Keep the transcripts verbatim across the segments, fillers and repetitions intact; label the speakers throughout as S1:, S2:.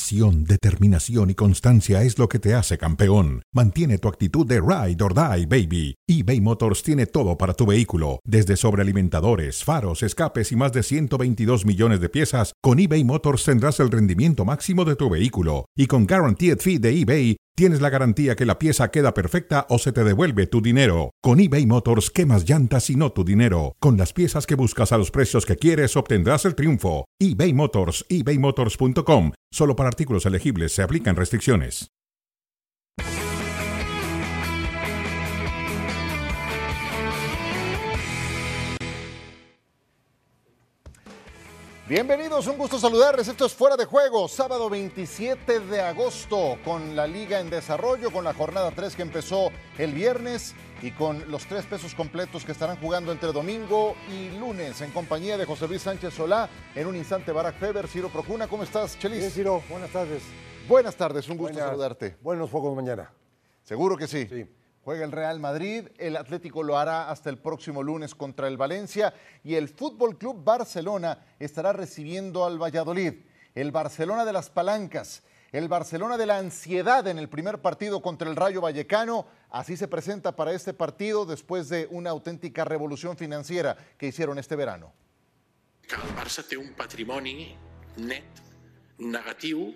S1: Pasión, determinación y constancia es lo que te hace campeón. Mantiene tu actitud de ride or die, baby. eBay Motors tiene todo para tu vehículo, desde sobrealimentadores, faros, escapes y más de ciento veintidós millones de piezas. Con eBay Motors tendrás el rendimiento máximo de tu vehículo. Y con Guaranteed Fee de eBay, tienes la garantía que la pieza queda perfecta o se te devuelve tu dinero. Con eBay Motors, quemas llantas y no tu dinero. Con las piezas que buscas a los precios que quieres, obtendrás el triunfo. eBay Motors, ebay motors punto com. Solo para artículos elegibles se aplican restricciones.
S2: Bienvenidos, un gusto saludarles. Esto es Fuera de Juego, sábado veintisiete de agosto, con la Liga en desarrollo, con la jornada tres que empezó el viernes y con los tres pesos completos que estarán jugando entre domingo y lunes, en compañía de José Luis Sánchez Solá. En un instante, Barack Feber, Ciro Procuna. ¿Cómo estás, Chelis?
S3: Bien, Ciro, buenas tardes.
S2: Buenas tardes, un gusto
S3: Buenas,
S2: saludarte.
S3: Buenos focos mañana.
S2: ¿Seguro que sí?
S3: Sí.
S2: Juega el Real Madrid, el Atlético lo hará hasta el próximo lunes contra el Valencia y el Fútbol Club Barcelona estará recibiendo al Valladolid. El Barcelona de las palancas, el Barcelona de la ansiedad en el primer partido contra el Rayo Vallecano, así se presenta para este partido después de una auténtica revolución financiera que hicieron este verano.
S4: El Barça té un patrimoni net negatiu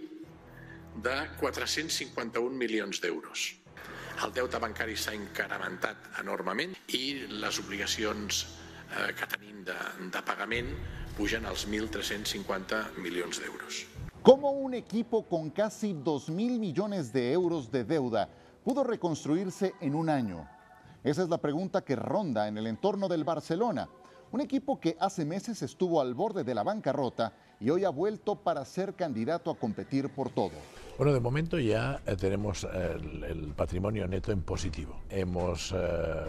S4: de quatre-cents cinquanta-un milions d'euros. El deute bancari s'ha incrementat enormement i les obligacions eh, que tenim de, de pagament pugen als mil tres-cents cinquanta milions d'euros.
S2: ¿Cómo un equipo con casi dos mil millones de euros de deuda pudo reconstruirse en un año? Esa es la pregunta que ronda en el entorno del Barcelona. Un equipo que hace meses estuvo al borde de la bancarrota y hoy ha vuelto para ser candidato a competir por todo.
S5: Bueno, de momento ya eh, tenemos eh, el, el patrimonio neto en positivo. Hemos eh,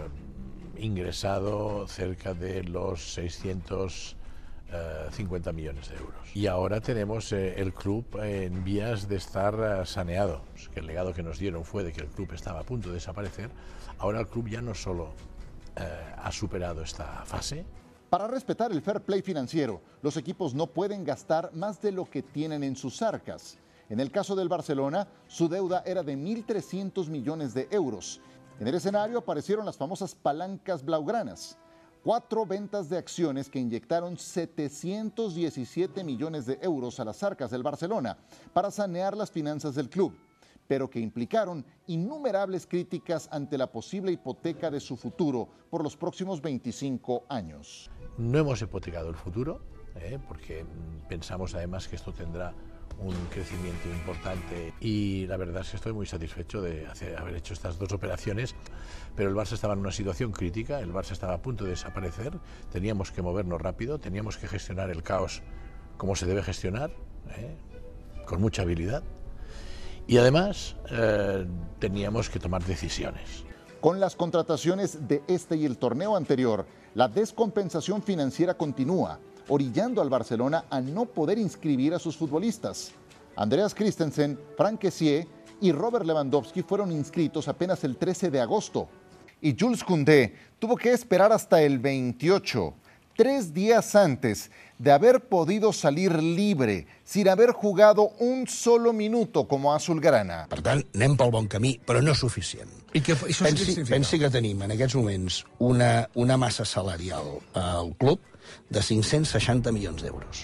S5: ingresado cerca de los seiscientos cincuenta millones de euros. Y ahora tenemos eh, el club en vías de estar eh, saneado. Que el legado que nos dieron fue de que el club estaba a punto de desaparecer. Ahora el club ya no solo eh, ha superado esta fase.
S2: Para respetar el fair play financiero, los equipos no pueden gastar más de lo que tienen en sus arcas. En el caso del Barcelona, su deuda era de mil trescientos millones de euros. En el escenario aparecieron las famosas palancas blaugranas. Cuatro ventas de acciones que inyectaron setecientos diecisiete millones de euros a las arcas del Barcelona para sanear las finanzas del club, pero que implicaron innumerables críticas ante la posible hipoteca de su futuro por los próximos veinticinco años.
S5: No hemos hipotecado el futuro, eh, porque pensamos además que esto tendrá un crecimiento importante y la verdad es que estoy muy satisfecho de hacer, haber hecho estas dos operaciones, pero el Barça estaba en una situación crítica, el Barça estaba a punto de desaparecer, teníamos que movernos rápido, teníamos que gestionar el caos como se debe gestionar, eh, con mucha habilidad y además eh, teníamos que tomar decisiones.
S2: Con las contrataciones de este y el torneo anterior, la descompensación financiera continúa, orillando al Barcelona a no poder inscribir a sus futbolistas. Andreas Christensen, Frank Kessié y Robert Lewandowski fueron inscritos apenas el trece de agosto. Y Jules Koundé tuvo que esperar hasta el veintiocho, tres días antes de haber podido salir libre, sin haber jugado un solo minuto como azulgrana.
S6: Per tant, anem pel bon camí, però no suficient.
S7: I què, això
S6: pensi, pensi que tenim en aquests moments una, una massa salarial al club de cinc-cents seixanta milions d'euros.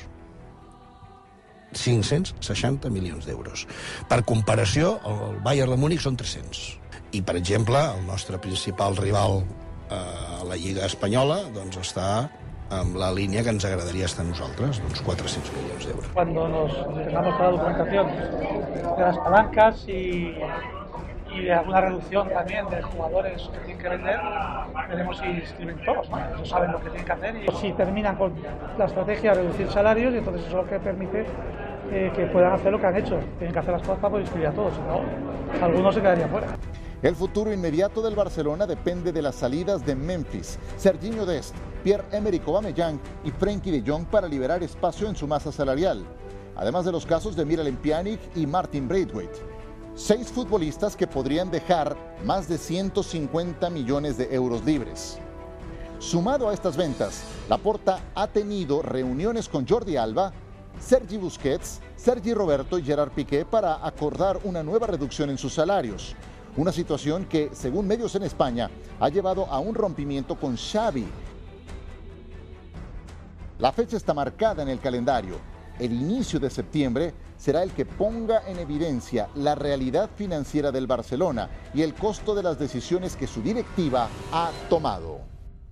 S6: cinc-cents seixanta milions d'euros. Per comparació, el Bayern de Múnich són tres-cents. I, per exemple, el nostre principal rival a la Lliga Espanyola doncs està amb la línia que ens agradaria estar nosaltres, doncs quatre-cents milions d'euros.
S8: Cuando nos tengamos la documentación de las palancas y, y alguna reducción también de jugadores que tienen que vender, veremos si inscriben todos, ¿no? Ellos saben lo que tienen que hacer y si terminan con la estrategia de reducir salarios, y entonces eso es lo que permite eh, que puedan hacer lo que han hecho. Tienen que hacer las cosas para poder inscribir a todos, si no, algunos se quedarían fuera.
S2: El futuro inmediato del Barcelona depende de las salidas de Memphis, Serginho Dest, Pierre-Emerick Aubameyang y Frenkie de Jong para liberar espacio en su masa salarial, además de los casos de Miralem Pjanic y Martin Braithwaite. Seis futbolistas que podrían dejar más de ciento cincuenta millones de euros libres. Sumado a estas ventas, Laporta ha tenido reuniones con Jordi Alba, Sergi Busquets, Sergi Roberto y Gerard Piqué para acordar una nueva reducción en sus salarios. Una situación que, según medios en España, ha llevado a un rompimiento con Xavi. La fecha está marcada en el calendario. El inicio de septiembre será el que ponga en evidencia la realidad financiera del Barcelona y el costo de las decisiones que su directiva ha tomado.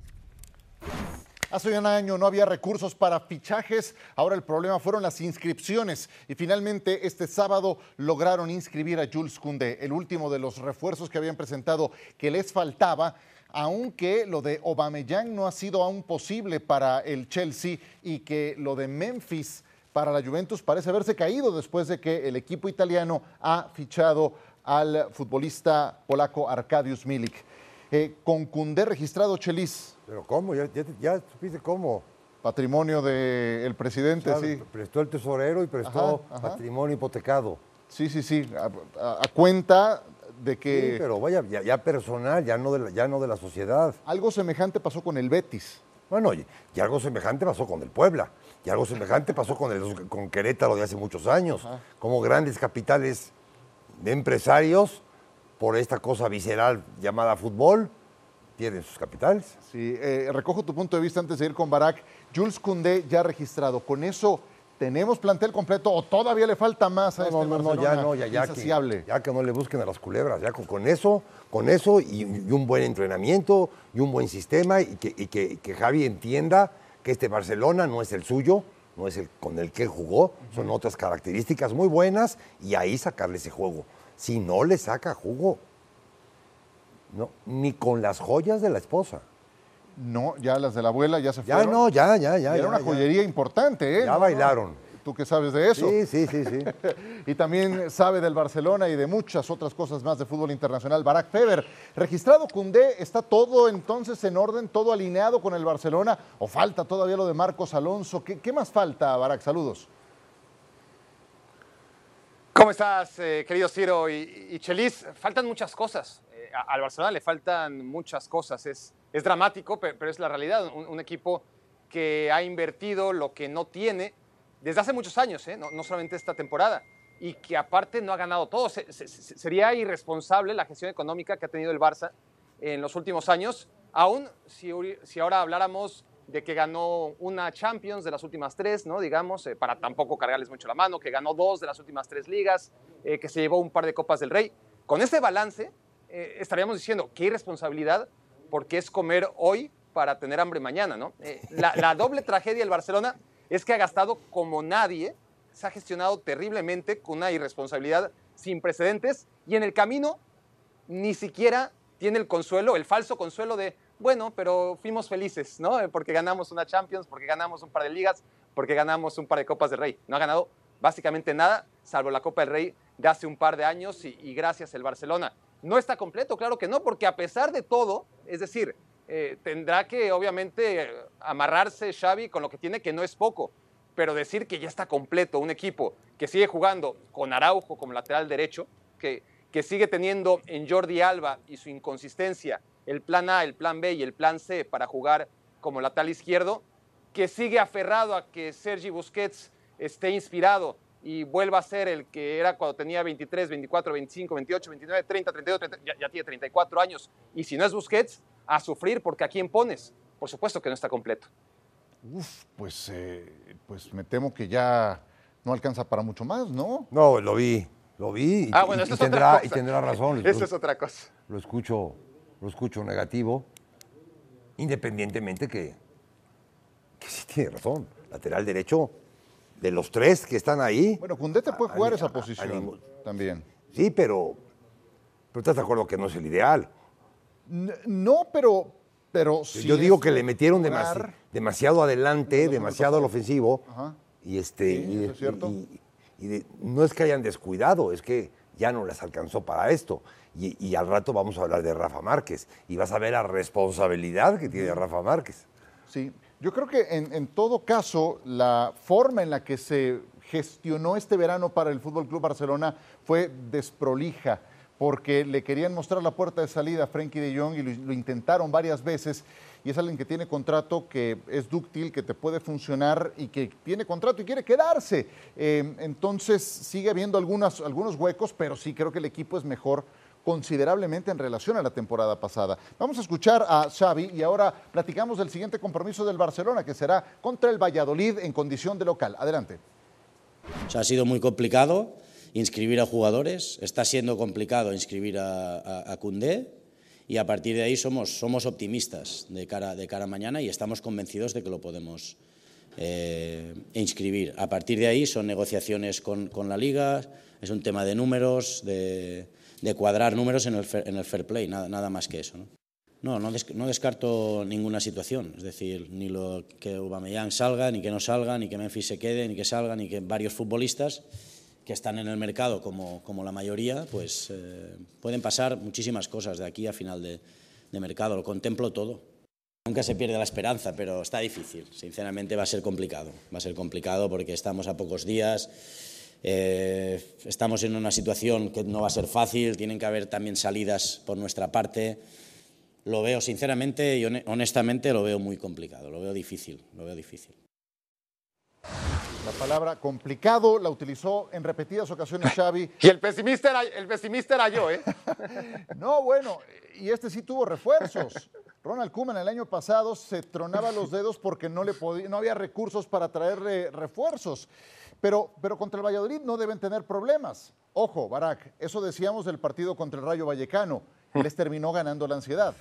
S2: Hace un año no había recursos para fichajes, ahora el problema fueron las inscripciones y finalmente este sábado lograron inscribir a Jules Koundé, el último de los refuerzos que habían presentado que les faltaba, aunque lo de Aubameyang no ha sido aún posible para el Chelsea y que lo de Memphis para la Juventus parece haberse caído después de que el equipo italiano ha fichado al futbolista polaco Arkadiusz Milik. Eh, con Koundé registrado, Chelis.
S3: ¿Pero cómo? ¿Ya, ya, ya supiste cómo?
S2: Patrimonio del presidente,
S3: O sea,
S2: sí.
S3: Prestó el tesorero y prestó
S2: Ajá, ajá.
S3: patrimonio hipotecado.
S2: Sí, sí, sí. A, a- a cuenta de que
S3: Sí, pero vaya, ya, ya personal, ya no, de la, ya no de la sociedad.
S2: algo semejante pasó con el Betis.
S3: Bueno, y, y algo semejante pasó con el Puebla. Y algo semejante pasó con, el, con Querétaro de hace muchos años.
S2: Ajá.
S3: Como grandes capitales de empresarios, por esta cosa visceral llamada fútbol, tienen sus capitales.
S2: Sí, eh, recojo tu punto de vista antes de ir con Barak. Jules Koundé ya registrado. ¿Con eso tenemos plantel completo o todavía le falta más a
S3: No,
S2: este
S3: no, no, no,
S2: Barcelona
S3: ya no, ya, ya, que,
S2: insaciable?
S3: ya que no le busquen a las culebras, ya con, con eso, con eso y, y un buen entrenamiento y un buen sistema y que, y que, que Javi entienda que este Barcelona no es el suyo, no es el con el que él jugó, son otras características muy buenas y ahí sacarle ese juego. Si no le saca jugo, no, ni con las joyas de la esposa.
S2: No, ya las de la abuela ya se
S3: Ya
S2: fueron.
S3: no, ya, ya, ya.
S2: Y era
S3: ya,
S2: una
S3: ya.
S2: joyería importante, ¿eh?
S3: Ya
S2: No,
S3: bailaron.
S2: no. Tú que sabes de eso.
S3: Sí, sí, sí, sí.
S2: Y también sabe del Barcelona y de muchas otras cosas más de fútbol internacional. Barak Feber, registrado Koundé, ¿está todo entonces en orden, todo alineado con el Barcelona? ¿O falta todavía lo de Marcos Alonso? ¿Qué, qué más falta, Barak? Saludos.
S7: ¿Cómo estás, eh, querido Ciro y, y Chelis? Faltan muchas cosas. Eh, a- al Barcelona le faltan muchas cosas. Es, es dramático, pero, pero es la realidad. Un, un equipo que ha invertido lo que no tiene desde hace muchos años, ¿eh? no, no solamente esta temporada, y que aparte no ha ganado todo. Se- se- se- sería irresponsable la gestión económica que ha tenido el Barça en los últimos años, aún si, uri- si ahora habláramos de que ganó una Champions de las últimas tres, ¿no? Digamos, eh, para tampoco cargarles mucho la mano, que ganó dos de las últimas tres ligas, eh, que se llevó un par de Copas del Rey. Con ese balance, eh, estaríamos diciendo, qué irresponsabilidad, porque es comer hoy para tener hambre mañana, ¿no? Eh, la, la doble tragedia del Barcelona es que ha gastado como nadie, se ha gestionado terriblemente con una irresponsabilidad sin precedentes, y en el camino ni siquiera tiene el consuelo, el falso consuelo de, bueno, pero fuimos felices, ¿no? Eh, Porque ganamos una Champions, porque ganamos un par de ligas, porque ganamos un par de Copas del Rey. No ha ganado básicamente nada, salvo la Copa del Rey de hace un par de años y, y gracias el Barcelona. No está completo, claro que no, porque a pesar de todo, es decir, eh, tendrá que obviamente eh, amarrarse Xavi con lo que tiene, que no es poco, pero decir que ya está completo un equipo que sigue jugando con Araujo como lateral derecho, que, que sigue teniendo en Jordi Alba y su inconsistencia el plan A, el plan B y el plan C para jugar como lateral izquierdo, que sigue aferrado a que Sergi Busquets esté inspirado y vuelva a ser el que era cuando tenía veintitrés, veinticuatro, veinticinco, veintiocho, veintinueve, treinta, treinta y dos, treinta, ya, ya tiene treinta y cuatro años. Y si no es Busquets, a sufrir, porque ¿a quién pones? Por supuesto que no está completo.
S2: Uf, pues, eh, pues me temo que ya no alcanza para mucho más, ¿no?
S3: No, lo vi, lo vi y,
S7: Ah, bueno,
S3: y-
S7: eso
S3: y
S7: es otra
S3: tendrá,
S7: cosa.
S3: y tendrá razón.
S7: Eso
S3: Lo-
S7: es otra cosa.
S3: Lo escucho, lo escucho negativo, independientemente que, que sí tiene razón. Lateral derecho, de los tres que están ahí.
S2: Bueno, Koundé te puede
S3: a-
S2: jugar
S3: a-
S2: esa
S3: a- a
S2: posición
S3: ningún-
S2: también.
S3: Sí, pero, pero estás de acuerdo que no es el ideal.
S2: N- No, pero, pero sí
S3: Yo digo
S2: es
S3: que le metieron demasi-
S2: jugar.
S3: demasiado adelante,
S2: Los
S3: demasiado al
S2: números
S3: ofensivo.
S2: Ajá.
S3: Y este,
S2: Sí,
S3: y,
S2: eso es cierto.
S3: y- y de- no es que hayan descuidado, es que ya no les alcanzó para esto. Y, y al rato vamos a hablar de Rafa Márquez. Y vas a ver la responsabilidad que tiene Rafa Márquez.
S2: Sí, yo creo que en, en todo caso la forma en la que se gestionó este verano para el Fútbol Club Barcelona fue desprolija, porque le querían mostrar la puerta de salida a Frenkie de Jong y lo, lo intentaron varias veces, y es alguien que tiene contrato, que es dúctil, que te puede funcionar y que tiene contrato y quiere quedarse. Eh, entonces sigue habiendo algunas, algunos huecos, pero sí creo que el equipo es mejor considerablemente en relación a la temporada pasada. Vamos a escuchar a Xavi y ahora platicamos del siguiente compromiso del Barcelona, que será contra el Valladolid en condición de local. Adelante.
S9: O sea, ha sido muy complicado inscribir a jugadores, está siendo complicado inscribir a, a, a Koundé, y a partir de ahí somos, somos optimistas de cara, de cara a mañana y estamos convencidos de que lo podemos eh, inscribir. A partir de ahí son negociaciones con, con la Liga, es un tema de números, de, de cuadrar números en el, fair, en el fair play, nada, nada más que eso, ¿no? No, no, des, no descarto ninguna situación, es decir, ni lo que Aubameyang salga, ni que no salga, ni que Memphis se quede, ni que salga, ni que varios futbolistas que están en el mercado, como, como la mayoría, pues eh, pueden pasar muchísimas cosas de aquí a final de, de mercado, lo contemplo todo. Nunca se pierde la esperanza, pero está difícil, sinceramente va a ser complicado, va a ser complicado porque estamos a pocos días, eh, estamos en una situación que no va a ser fácil, tienen que haber también salidas por nuestra parte. Lo veo, sinceramente y honestamente, lo veo muy complicado, lo veo difícil, lo veo difícil.
S2: La palabra complicado la utilizó en repetidas ocasiones Xavi.
S7: Y el pesimista era, el pesimista era yo, ¿eh?
S2: No, bueno, y este sí tuvo refuerzos. Ronald Koeman el año pasado se tronaba los dedos porque no, le podía, no había recursos para traerle refuerzos. Pero, pero contra el Valladolid no deben tener problemas. Ojo, Barak, eso decíamos del partido contra el Rayo Vallecano. Les terminó ganando la ansiedad.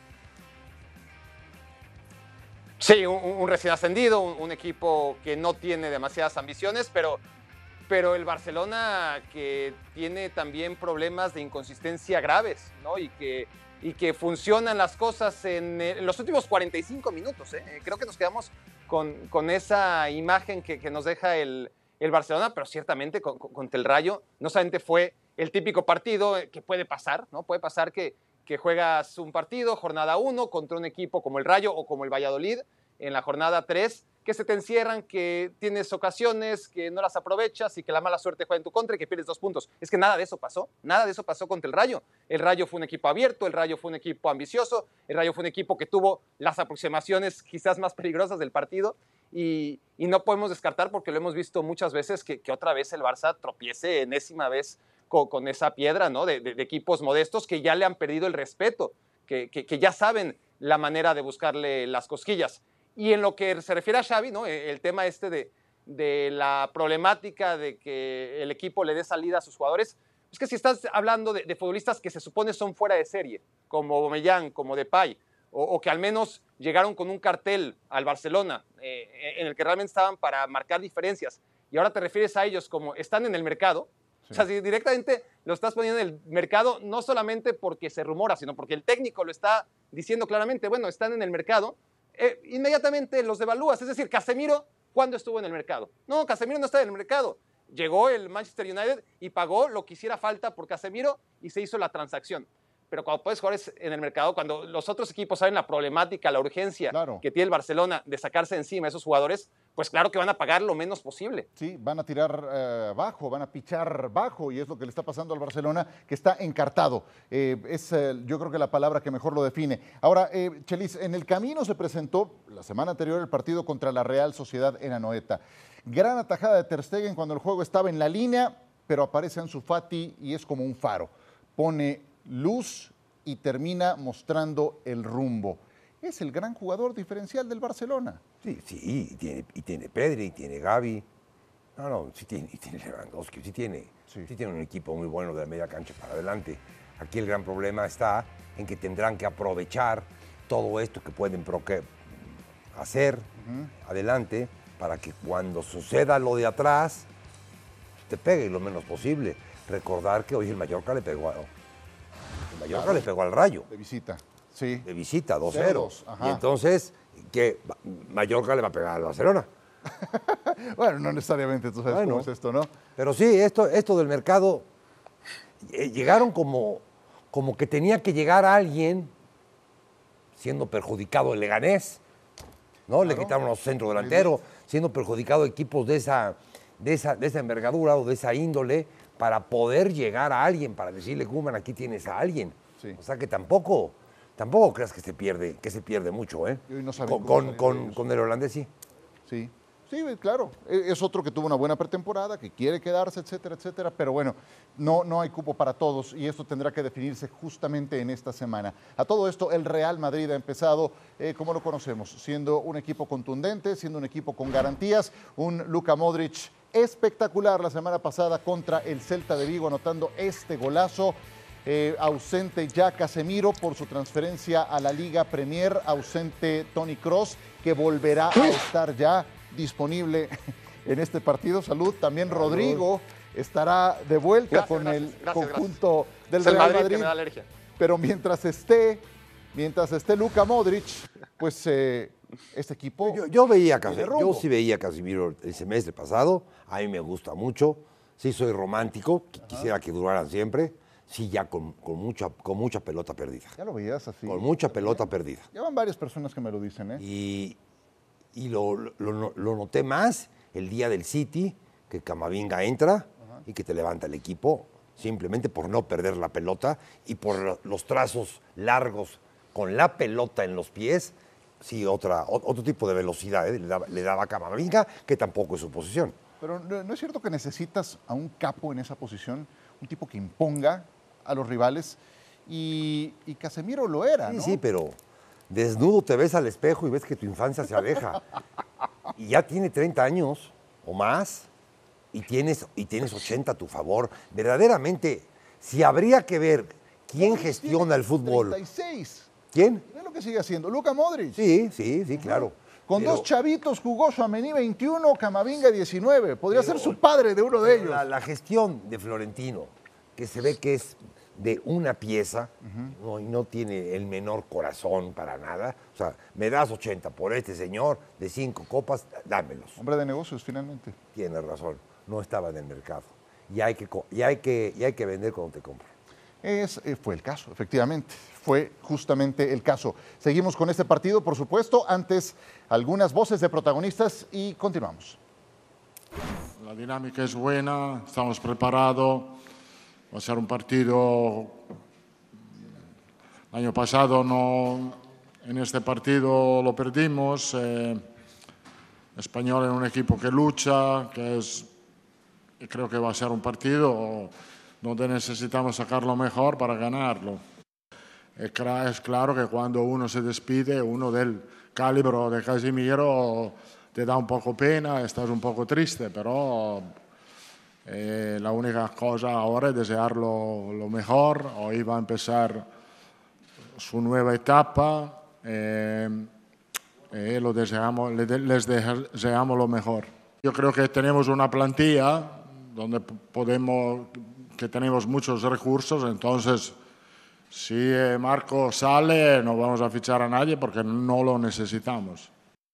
S7: Sí, un, un recién ascendido, un, un equipo que no tiene demasiadas ambiciones, pero, pero el Barcelona que tiene también problemas de inconsistencia graves, ¿no? Y que, y que funcionan las cosas en, en los últimos cuarenta y cinco minutos, ¿eh? Creo que nos quedamos con, con esa imagen que, que nos deja el, el Barcelona, pero ciertamente con, con, contra el Rayo no solamente fue el típico partido que puede pasar, ¿no? Puede pasar que, que juegas un partido, jornada uno, contra un equipo como el Rayo o como el Valladolid, en la jornada tres, que se te encierran, que tienes ocasiones, que no las aprovechas y que la mala suerte juega en tu contra y que pierdes dos puntos. Es que nada de eso pasó, nada de eso pasó contra el Rayo. El Rayo fue un equipo abierto, el Rayo fue un equipo ambicioso, el Rayo fue un equipo que tuvo las aproximaciones quizás más peligrosas del partido y, y no podemos descartar, porque lo hemos visto muchas veces, que, que otra vez el Barça tropiece enésima vez con, con esa piedra, ¿no? de, de, de equipos modestos que ya le han perdido el respeto, que, que, que ya saben la manera de buscarle las cosquillas. Y en lo que se refiere a Xavi, ¿no? El tema este de, de la problemática de que el equipo le dé salida a sus jugadores, es que si estás hablando de, de futbolistas que se supone son fuera de serie, como Aubameyang, como Depay, o, o que al menos llegaron con un cartel al Barcelona, eh, en el que realmente estaban para marcar diferencias, y ahora te refieres a ellos como están en el mercado, sí. O sea, si directamente lo estás poniendo en el mercado, no solamente porque se rumora, sino porque el técnico lo está diciendo claramente, bueno, están en el mercado, Eh, inmediatamente los devalúas. Es decir, Casemiro, ¿cuándo estuvo en el mercado? No, Casemiro no está en el mercado. Llegó el Manchester United y pagó lo que hiciera falta por Casemiro y se hizo la transacción. Pero cuando puedes jugar en el mercado, cuando los otros equipos saben la problemática, la urgencia claro. que tiene el Barcelona de sacarse encima a esos jugadores, pues claro que van a pagar lo menos posible.
S2: Sí, van a tirar eh, bajo, van a pichar bajo, y es lo que le está pasando al Barcelona, que está encartado. Eh, es eh, yo creo que la palabra que mejor lo define. Ahora, eh, Chelis, en el camino se presentó la semana anterior el partido contra la Real Sociedad en Anoeta. Gran atajada de Ter Stegen cuando el juego estaba en la línea, pero aparece Ansu Fati y es como un faro. Pone luz y termina mostrando el rumbo. Es el gran jugador diferencial del Barcelona.
S3: Sí, sí, y tiene, y tiene Pedri, y tiene Gavi. No, no, sí tiene, y tiene Lewandowski, sí tiene, sí. sí tiene un equipo muy bueno de la media cancha para adelante. Aquí el gran problema está en que tendrán que aprovechar todo esto que pueden pro que hacer uh-huh. adelante para que cuando suceda lo de atrás te pegue lo menos posible. Recordar que hoy el Mallorca le pegó a, el Mallorca claro. le pegó al Rayo.
S2: De visita. Sí.
S3: De visita, dos cero. Y entonces, ¿qué? Mallorca le va a pegar al Barcelona.
S2: Bueno, no necesariamente, tú sabes bueno, cómo es esto, ¿no?
S3: Pero sí, esto, esto del mercado, eh, llegaron como, como que tenía que llegar alguien siendo perjudicado el Leganés, ¿no? Claro. Le quitaron a su centro delantero, siendo perjudicado equipos de esa, de, esa, de esa envergadura o de esa índole, para poder llegar a alguien, para decirle, Koeman, aquí tienes a alguien.
S2: Sí.
S3: O sea que tampoco, tampoco creas que se pierde, que se pierde mucho, ¿eh?
S2: Y hoy no saben
S3: con,
S2: cómo
S3: con,
S2: salir
S3: con,
S2: de ellos.
S3: con el holandés sí.
S2: Sí, sí, claro. Es otro que tuvo una buena pretemporada, que quiere quedarse, etcétera, etcétera. Pero bueno, no, no hay cupo para todos y esto tendrá que definirse justamente en esta semana. A todo esto, el Real Madrid ha empezado, eh, como lo conocemos, siendo un equipo contundente, siendo un equipo con garantías. Un Luka Modric espectacular la semana pasada contra el Celta de Vigo, anotando este golazo. Eh, ausente ya Casemiro por su transferencia a la Liga Premier, ausente Toni Kroos, que volverá a estar ya disponible en este partido. Salud, también Rodrigo estará de vuelta
S7: Gracias,
S2: con
S7: gracias,
S2: el
S7: gracias,
S2: conjunto
S7: gracias.
S2: del
S7: Es el
S2: Real
S7: Madrid,
S2: Madrid.
S7: que me da alergia.
S2: Pero mientras esté, mientras esté Luka Modric, pues eh, este equipo...
S3: Yo, yo veía a
S2: tiene
S3: Casemiro,
S2: rumbo.
S3: yo sí veía a Casemiro el semestre pasado, a mí me gusta mucho, sí soy romántico, quisiera que duraran siempre, sí ya con, con, mucha, con mucha pelota perdida.
S2: Ya lo veías así.
S3: Con mucha pelota perdida.
S2: Ya van varias personas que me lo dicen, ¿eh?
S3: Y, y lo, lo, lo noté más el día del City, que Camavinga entra Ajá. y que te levanta el equipo, simplemente por no perder la pelota y por los trazos largos con la pelota en los pies. Sí, otra, otro tipo de velocidad ¿eh? le, daba, le daba a Camavinga, que tampoco es su posición.
S2: Pero ¿no es cierto que necesitas a un capo en esa posición? Un tipo que imponga a los rivales. Y, y Casemiro lo era,
S3: Sí,
S2: ¿no?
S3: sí, pero desnudo te ves al espejo y ves que tu infancia se aleja. Y ya tiene treinta años o más y tienes, y tienes ochenta a tu favor. Verdaderamente, si habría que ver quién
S2: Modric
S3: gestiona el fútbol.
S2: treinta y seis.
S3: ¿Quién?
S2: Es lo que sigue haciendo. Luka Modric.
S3: Sí, sí, sí, claro.
S2: Con
S3: Pero
S2: dos chavitos jugó Tchouaméni veintiuno, Camavinga diecinueve. Podría
S3: Pero-
S2: ser su padre de uno de
S3: pero
S2: ellos.
S3: La, la gestión de Florentino, que se ve que es de una pieza no, y no tiene el menor corazón para nada. O sea, me das ochenta por este señor de cinco copas, dámelos.
S2: Hombre de negocios, finalmente.
S3: Tienes razón, no estaba en el mercado. Y hay que, co- y hay que, y hay que vender cuando te compran.
S2: Es, eh, fue el caso, efectivamente. Fue justamente el caso. Seguimos con este partido, por supuesto. Antes, algunas voces de protagonistas y continuamos.
S10: La dinámica es buena, estamos preparados. Va a ser un partido. El año pasado no, en este partido lo perdimos. Eh, Español es un equipo que lucha, que es, y creo que va a ser un partido donde necesitamos sacar lo mejor para ganarlo. Es, cla- es claro que cuando uno se despide, uno del calibre de Casemiro, te da un poco pena, estás un poco triste, pero eh, la única cosa ahora es desearlo lo mejor. Hoy va a empezar su nueva etapa eh, y lo deseamos, le- les deseamos lo mejor. Yo creo que tenemos una plantilla donde p- podemos, que tenemos muchos recursos, entonces si eh, Marco sale no vamos a fichar a nadie porque no lo necesitamos.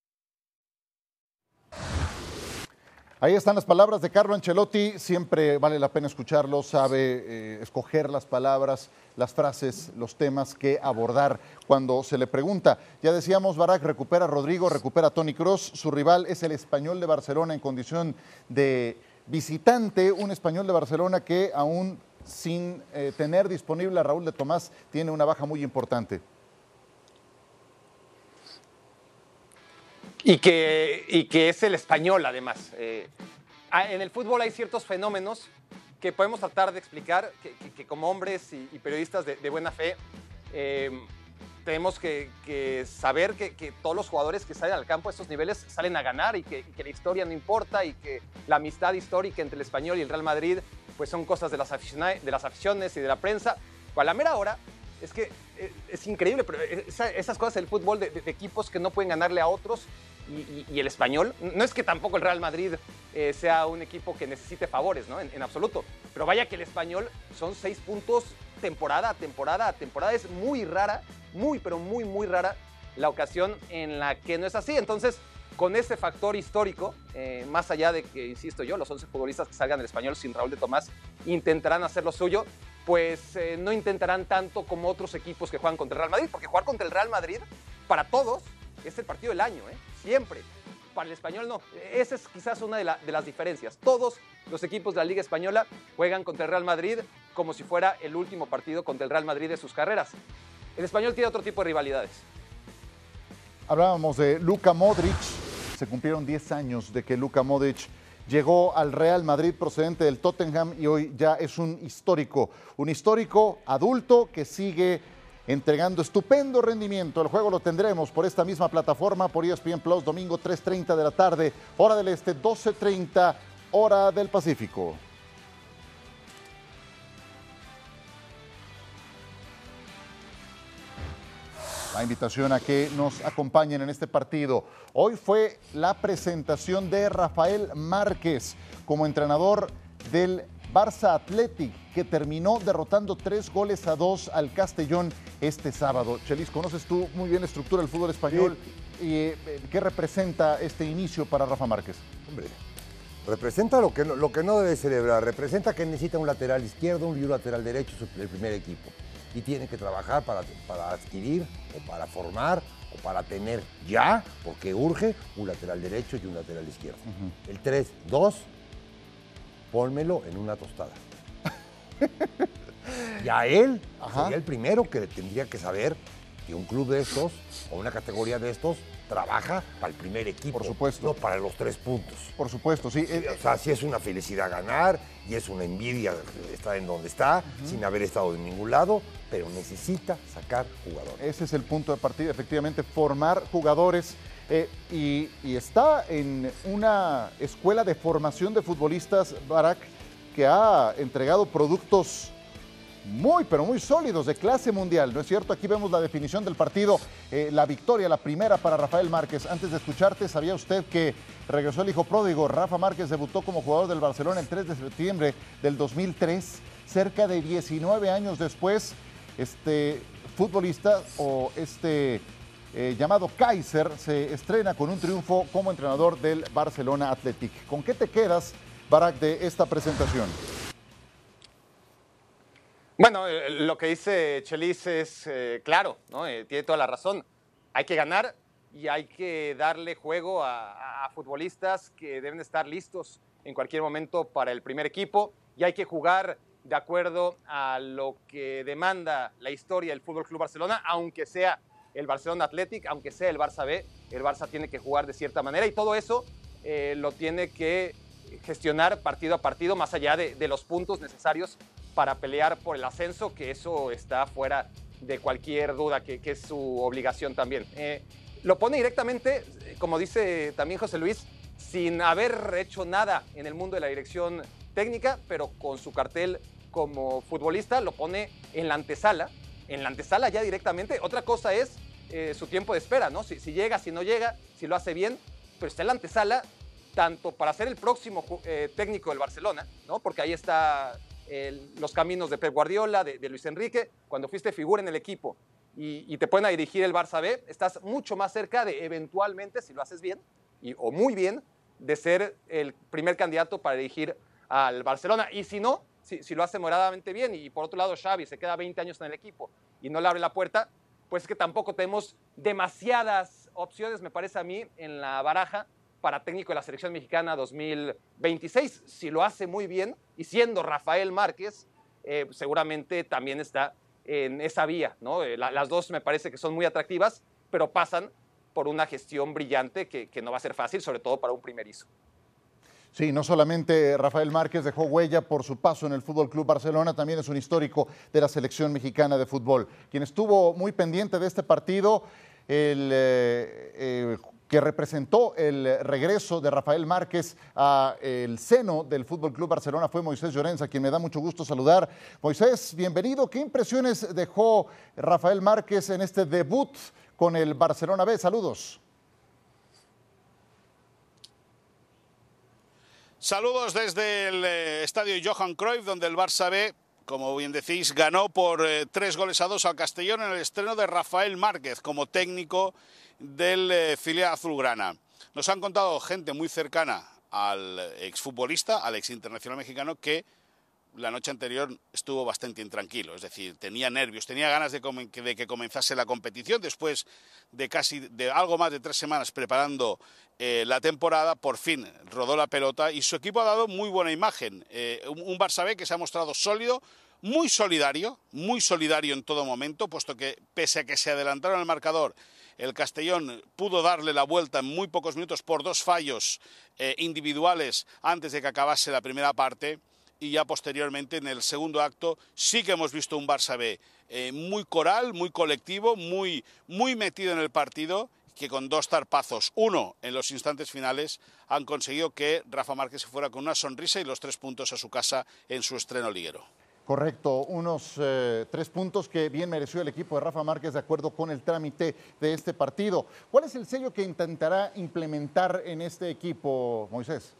S2: Ahí están las palabras de Carlo Ancelotti. Siempre vale la pena escucharlo. Sabe eh, escoger las palabras, las frases, los temas que abordar cuando se le pregunta. Ya decíamos, Barak recupera a Rodrigo, recupera a Toni Kroos. Su rival es el Español de Barcelona en condición de visitante. Un Español de Barcelona que aún sin eh, tener disponible a Raúl de Tomás tiene una baja muy importante.
S7: Y que, y que es el español, además. Eh, ah, en el fútbol hay ciertos fenómenos que podemos tratar de explicar, que, que, que como hombres y, y periodistas de, de buena fe, eh, tenemos que, que saber que, que todos los jugadores que salen al campo a estos niveles salen a ganar y que, y que la historia no importa y que la amistad histórica entre el Español y el Real Madrid pues son cosas de las, aficiona- de las aficiones y de la prensa. Pues a la mera hora es que eh, es increíble, pero esa- esas cosas del fútbol de, de- de equipos que no pueden ganarle a otros y, y- y el Español, no es que tampoco el Real Madrid eh, sea un equipo que necesite favores, ¿no? En, en absoluto, pero vaya que el Español son seis puntos temporada a temporada a temporada. Es muy rara, muy pero muy muy rara la ocasión en la que no es así. Entonces, con ese factor histórico, eh, más allá de que, insisto yo, los once futbolistas que salgan del Español sin Raúl de Tomás intentarán hacer lo suyo, pues eh, no intentarán tanto como otros equipos que juegan contra el Real Madrid, porque jugar contra el Real Madrid, para todos, es el partido del año, ¿eh? Siempre. para el Español no. Esa es quizás una de, la, de las diferencias. Todos los equipos de la Liga Española juegan contra el Real Madrid como si fuera el último partido contra el Real Madrid de sus carreras. El Español tiene otro tipo de rivalidades.
S2: Hablábamos de Luka Modric. Se cumplieron diez años de que Luka Modric llegó al Real Madrid procedente del Tottenham y hoy ya es un histórico, un histórico adulto que sigue entregando estupendo rendimiento. El juego lo tendremos por esta misma plataforma, por E S P N Plus, domingo tres treinta de la tarde, hora del este, doce treinta, hora del Pacífico. La invitación a que nos acompañen en este partido. Hoy fue la presentación de Rafael Márquez como entrenador del Barça Athletic, que terminó derrotando tres goles a dos al Castellón este sábado. Chelis, conoces tú muy bien la estructura del fútbol español. Sí. Y, eh, ¿qué representa este inicio para Rafa Márquez?
S3: Hombre, representa lo que, no, lo que no debe celebrar. Representa que necesita un lateral izquierdo, un lateral derecho, el primer equipo. Y tiene que trabajar para, para adquirir o para formar o para tener ya, porque urge, un lateral derecho y un lateral izquierdo. Uh-huh. El tres dos, pónmelo en una tostada. Y a él Ajá. sería el primero que tendría que saber que un club de estos o una categoría de estos trabaja para el primer equipo.
S2: Por supuesto.
S3: No para los tres puntos.
S2: Por supuesto, sí.
S3: sí o sea, sí es una felicidad ganar y es una envidia estar en donde está, uh-huh. sin haber estado en ningún lado, pero necesita sacar jugadores.
S2: Ese es el punto de partida, efectivamente, formar jugadores. Eh, y, y está en una escuela de formación de futbolistas, Barak, que ha entregado productos muy, pero muy sólidos, de clase mundial, ¿no es cierto? Aquí vemos la definición del partido, eh, la victoria, la primera para Rafael Márquez. Antes de escucharte, ¿sabía usted que regresó el hijo pródigo? Rafa Márquez debutó como jugador del Barcelona el tres de septiembre del dos mil tres, cerca de diecinueve años después. Este futbolista o este eh, llamado Kaiser se estrena con un triunfo como entrenador del Barcelona Athletic. ¿Con qué te quedas, Barak, de esta presentación?
S7: Bueno, eh, lo que dice Chelis es eh, claro, ¿no? Eh, tiene toda la razón. Hay que ganar y hay que darle juego a, a futbolistas que deben estar listos en cualquier momento para el primer equipo y hay que jugar de acuerdo a lo que demanda la historia del Fútbol Club Barcelona, aunque sea el Barcelona Athletic, aunque sea el Barça B, el Barça tiene que jugar de cierta manera y todo eso eh, lo tiene que gestionar partido a partido, más allá de, de los puntos necesarios para pelear por el ascenso, que eso está fuera de cualquier duda, que, que es su obligación también. Eh, lo pone directamente, como dice también José Luis, sin haber hecho nada en el mundo de la dirección técnica, pero con su cartel como futbolista lo pone en la antesala, en la antesala ya directamente. Otra cosa es eh, su tiempo de espera, ¿no? Si, si llega, si no llega, si lo hace bien, pero está en la antesala tanto para ser el próximo eh, técnico del Barcelona, ¿no? Porque ahí está el, los caminos de Pep Guardiola, de, de Luis Enrique. Cuando fuiste figura en el equipo y, y te ponen a dirigir el Barça B, estás mucho más cerca de eventualmente, si lo haces bien y, o muy bien, de ser el primer candidato para dirigir al Barcelona. Y si no, si, si lo hace moderadamente bien y por otro lado Xavi se queda veinte años en el equipo y no le abre la puerta, pues es que tampoco tenemos demasiadas opciones, me parece a mí, en la baraja para técnico de la selección mexicana dos mil veintiséis. Si lo hace muy bien y siendo Rafael Márquez, eh, seguramente también está en esa vía, ¿no? Eh, la, las dos me parece que son muy atractivas, pero pasan por una gestión brillante que, que no va a ser fácil, sobre todo para un primerizo.
S2: Sí, no solamente Rafael Márquez dejó huella por su paso en el Fútbol Club Barcelona, también es un histórico de la selección mexicana de fútbol. Quien estuvo muy pendiente de este partido, el eh, eh, que representó el regreso de Rafael Márquez al seno del Fútbol Club Barcelona, fue Moisés Llorenza, quien me da mucho gusto saludar. Moisés, bienvenido. ¿Qué impresiones dejó Rafael Márquez en este debut con el Barcelona B? Saludos.
S11: Saludos desde el eh, estadio Johan Cruyff, donde el Barça B, como bien decís, ganó por eh, tres goles a dos al Castellón en el estreno de Rafael Márquez como técnico del eh, filial azulgrana. Nos han contado gente muy cercana al exfutbolista, al ex internacional mexicano, que la noche anterior estuvo bastante intranquilo, es decir, tenía nervios, tenía ganas de, de que comenzase la competición después de casi de algo más de tres semanas preparando eh, la temporada. Por fin rodó la pelota y su equipo ha dado muy buena imagen, eh, un, un Barça B que se ha mostrado sólido, muy solidario, muy solidario en todo momento, puesto que pese a que se adelantaron al marcador, el Castellón pudo darle la vuelta en muy pocos minutos por dos fallos eh, individuales antes de que acabase la primera parte. Y ya posteriormente, en el segundo acto, sí que hemos visto un Barça B eh, muy coral, muy colectivo, muy, muy metido en el partido, que con dos zarpazos, uno en los instantes finales, han conseguido que Rafa Márquez se fuera con una sonrisa y los tres puntos a su casa en su estreno liguero.
S2: Correcto, unos eh, tres puntos que bien mereció el equipo de Rafa Márquez de acuerdo con el trámite de este partido. ¿Cuál es el sello que intentará implementar en este equipo, Moisés?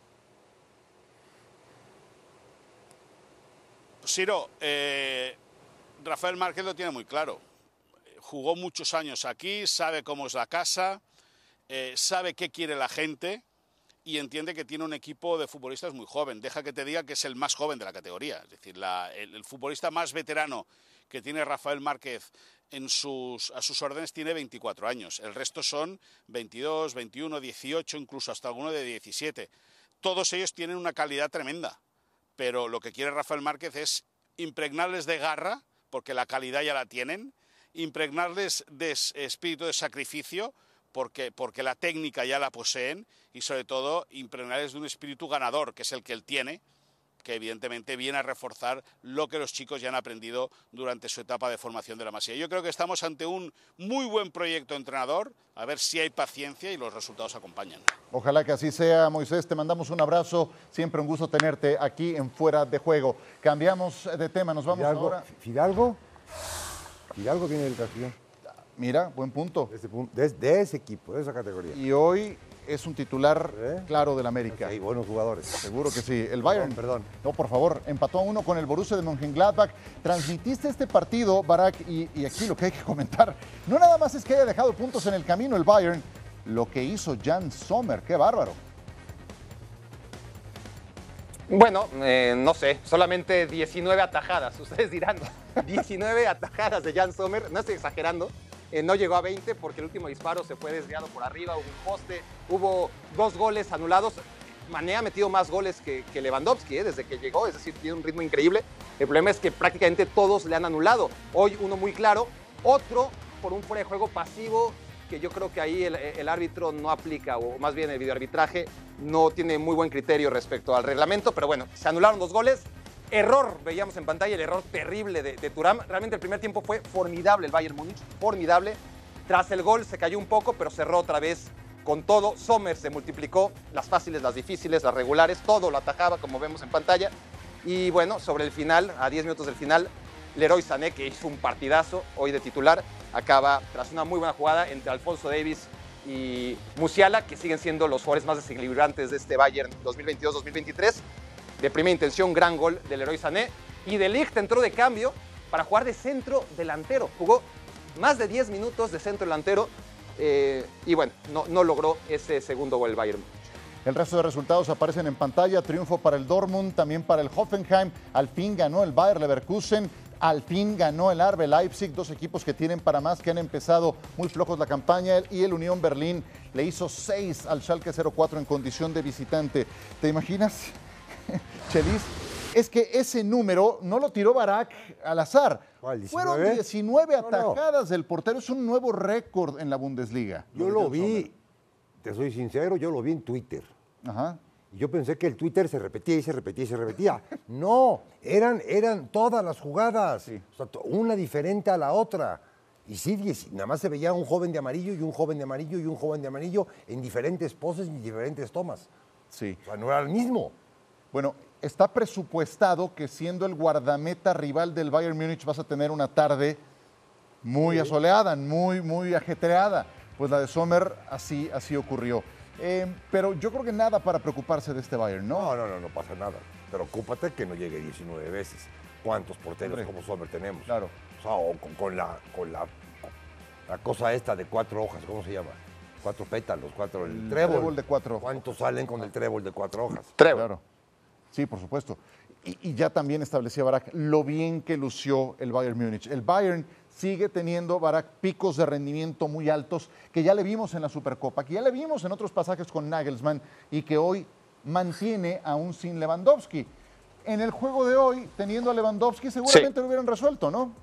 S11: Siro, eh, Rafael Márquez lo tiene muy claro. Jugó muchos años aquí, sabe cómo es la casa, eh, sabe qué quiere la gente y entiende que tiene un equipo de futbolistas muy joven. Deja que te diga que es el más joven de la categoría. Es decir, la, el, el futbolista más veterano que tiene Rafael Márquez en sus, a sus órdenes tiene veinticuatro años. El resto son veintidós, veintiuno, dieciocho, incluso hasta alguno de diecisiete. Todos ellos tienen una calidad tremenda. Pero lo que quiere Rafael Márquez es impregnarles de garra, porque la calidad ya la tienen, impregnarles de espíritu de sacrificio, porque, porque la técnica ya la poseen, y sobre todo impregnarles de un espíritu ganador, que es el que él tiene, que evidentemente viene a reforzar lo que los chicos ya han aprendido durante su etapa de formación de la Masía. Yo creo que estamos ante un muy buen proyecto entrenador, a ver si hay paciencia y los resultados acompañan.
S2: Ojalá que así sea, Moisés, te mandamos un abrazo, siempre un gusto tenerte aquí en Fuera de Juego. Cambiamos de tema, nos vamos
S3: Fidalgo,
S2: ahora.
S3: Fidalgo, Fidalgo viene del Castellón.
S2: Mira, buen punto.
S3: De ese, de, de ese equipo, de esa categoría.
S2: Y hoy es un titular
S3: ¿Eh?
S2: claro del América.
S3: Hay buenos jugadores.
S2: Seguro que sí. El Bayern,
S3: perdón, perdón.
S2: No, por favor, empató a uno con el Borussia de Mönchengladbach. Transmitiste este partido, Barak, y, y aquí lo que hay que comentar, no nada más es que haya dejado puntos en el camino el Bayern, lo que hizo Jan Sommer, qué bárbaro.
S7: Bueno, eh, no sé, solamente diecinueve atajadas, ustedes dirán, diecinueve atajadas de Jan Sommer, no estoy exagerando. Eh, no llegó a veinte porque el último disparo se fue desviado por arriba, hubo un poste, hubo dos goles anulados. Mané ha metido más goles que, que Lewandowski eh, desde que llegó, es decir, tiene un ritmo increíble. El problema es que prácticamente todos le han anulado. Hoy uno muy claro, otro por un fuera de juego pasivo, que yo creo que ahí el, el árbitro no aplica, o más bien el videoarbitraje no tiene muy buen criterio respecto al reglamento, pero bueno, se anularon dos goles. Error, veíamos en pantalla el error terrible de, de Thuram. Realmente el primer tiempo fue formidable el Bayern Múnich, formidable. Tras el gol se cayó un poco, pero cerró otra vez con todo. Sommer se multiplicó, las fáciles, las difíciles, las regulares, todo lo atajaba como vemos en pantalla. Y bueno, sobre el final, a diez minutos del final, Leroy Sané, que hizo un partidazo hoy de titular, acaba tras una muy buena jugada entre Alphonso Davies y Musiala, que siguen siendo los jugadores más desequilibrantes de este Bayern dos mil veintidós dos mil veintitrés. De primera intención, gran gol del Leroy Sané. Y De Ligt entró de cambio para jugar de centro delantero. Jugó más de diez minutos de centro delantero eh, y bueno, no, no logró ese segundo gol el Bayern.
S2: El resto de resultados aparecen en pantalla. Triunfo para el Dortmund, también para el Hoffenheim. Al fin ganó el Bayer Leverkusen. Al fin ganó el R B Leipzig, dos equipos que tienen para más, que han empezado muy flojos la campaña. Y el Unión Berlín le hizo seis al Schalke cero cuatro en condición de visitante. ¿Te imaginas, Chelis? Es que ese número no lo tiró Barak al azar.
S3: ¿Cuál,
S2: Fueron diecinueve atajadas no, no. del portero. Es un nuevo récord en la Bundesliga.
S3: Yo lo vi, te soy sincero, yo lo vi en Twitter.
S2: Ajá.
S3: Y yo pensé que el Twitter se repetía y se repetía y se repetía. No, eran, eran todas las jugadas, sí. O sea, una diferente a la otra. Y sí, nada más se veía un joven de amarillo y un joven de amarillo y un joven de amarillo en diferentes poses y diferentes tomas.
S2: Sí.
S3: O sea, no era el mismo.
S2: Bueno, está presupuestado que siendo el guardameta rival del Bayern Múnich vas a tener una tarde muy sí. asoleada, muy, muy ajetreada. Pues la de Sommer así, así ocurrió. Eh, pero yo creo que nada para preocuparse de este Bayern, ¿no?
S3: No, no, no, no pasa nada. Preocúpate que no llegue diecinueve veces. ¿Cuántos porteros Hombre, como Sommer tenemos?
S2: Claro.
S3: O sea, o con, con, la, con la, la cosa esta de cuatro hojas, ¿cómo se llama? Cuatro pétalos, cuatro... El,
S2: el
S3: trébol.
S2: trébol de cuatro.
S3: ¿Cuántos salen con el trébol de cuatro hojas?
S2: Trébol. Claro. Sí, por supuesto. Y, y ya también establecía Barak lo bien que lució el Bayern Múnich. El Bayern sigue teniendo, Barak, picos de rendimiento muy altos que ya le vimos en la Supercopa, que ya le vimos en otros pasajes con Nagelsmann y que hoy mantiene aún sin Lewandowski. En el juego de hoy, teniendo a Lewandowski, seguramente sí lo hubieran resuelto, ¿no?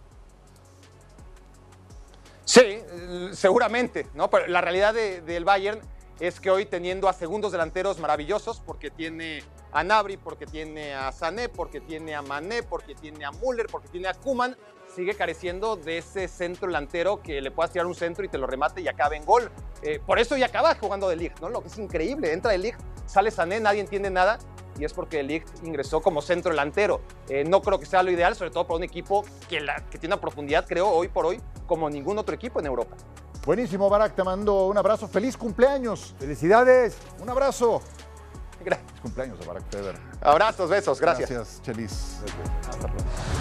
S7: Sí, seguramente, ¿no? Pero la realidad de, del Bayern es que hoy, teniendo a segundos delanteros maravillosos, porque tiene a Gnabry, porque tiene a Sané, porque tiene a Mané, porque tiene a Müller, porque tiene a Koeman, sigue careciendo de ese centro delantero que le puedas tirar un centro y te lo remate y acabe en gol. Eh, por eso ya acaba jugando De Ligt, ¿no? Lo que es increíble, entra De Ligt, sale Sané, nadie entiende nada, y es porque De Ligt ingresó como centro delantero. Eh, no creo que sea lo ideal, sobre todo para un equipo que, la, que tiene una profundidad, creo, hoy por hoy, como ningún otro equipo en Europa.
S2: Buenísimo, Barak, te mando un abrazo. ¡Feliz cumpleaños!
S3: ¡Felicidades!
S2: Un abrazo.
S7: Gracias.
S2: Feliz cumpleaños a Barak Feber.
S7: Abrazos, besos, gracias.
S2: Gracias, Chelis. Hasta pronto.